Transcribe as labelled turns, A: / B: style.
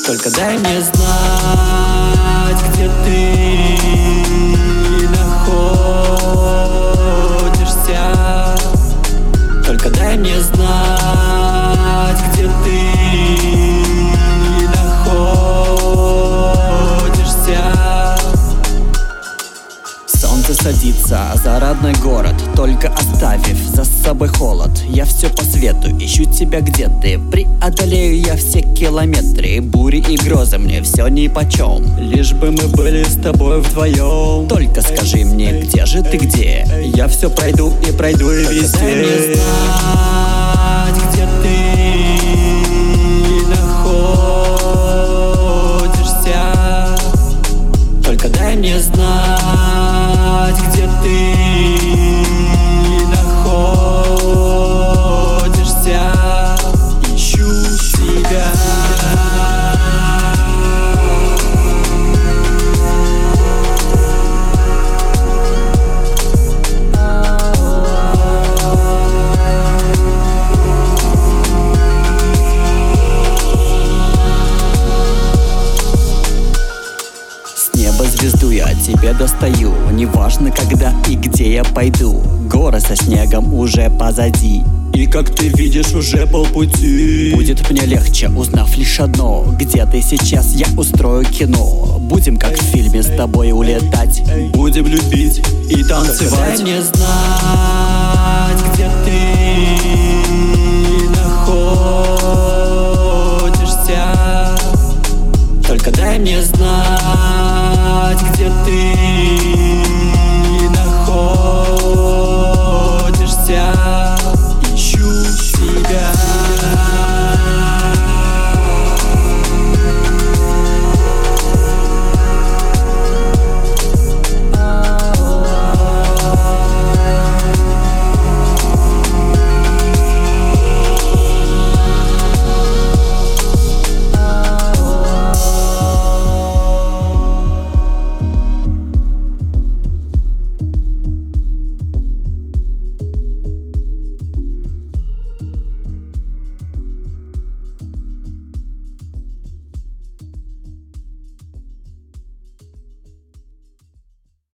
A: Только дай мне знать, где ты находишься. Только дай мне знать, где ты находишься. Солнце садится за родной город, только оставив за собой холод. Я все по свету ищу тебя, где ты. Преодолею я все километры. Бури и грозы мне все нипочем, лишь бы мы были с тобой вдвоем. Только скажи мне, где же ты, где? Я все пройду и пройду и везде. Дай мне знать, где ты находишься. Только дай мне знать, где ты находишься. Ищу тебя. Звезду я тебе достаю, неважно когда и где я пойду. Горы со снегом уже позади, и как ты видишь, уже полпути. Будет мне легче, узнав лишь одно: где ты сейчас, я устрою кино. Будем как в фильме с тобой улетать, будем любить и танцевать. Дай мне знать, где ты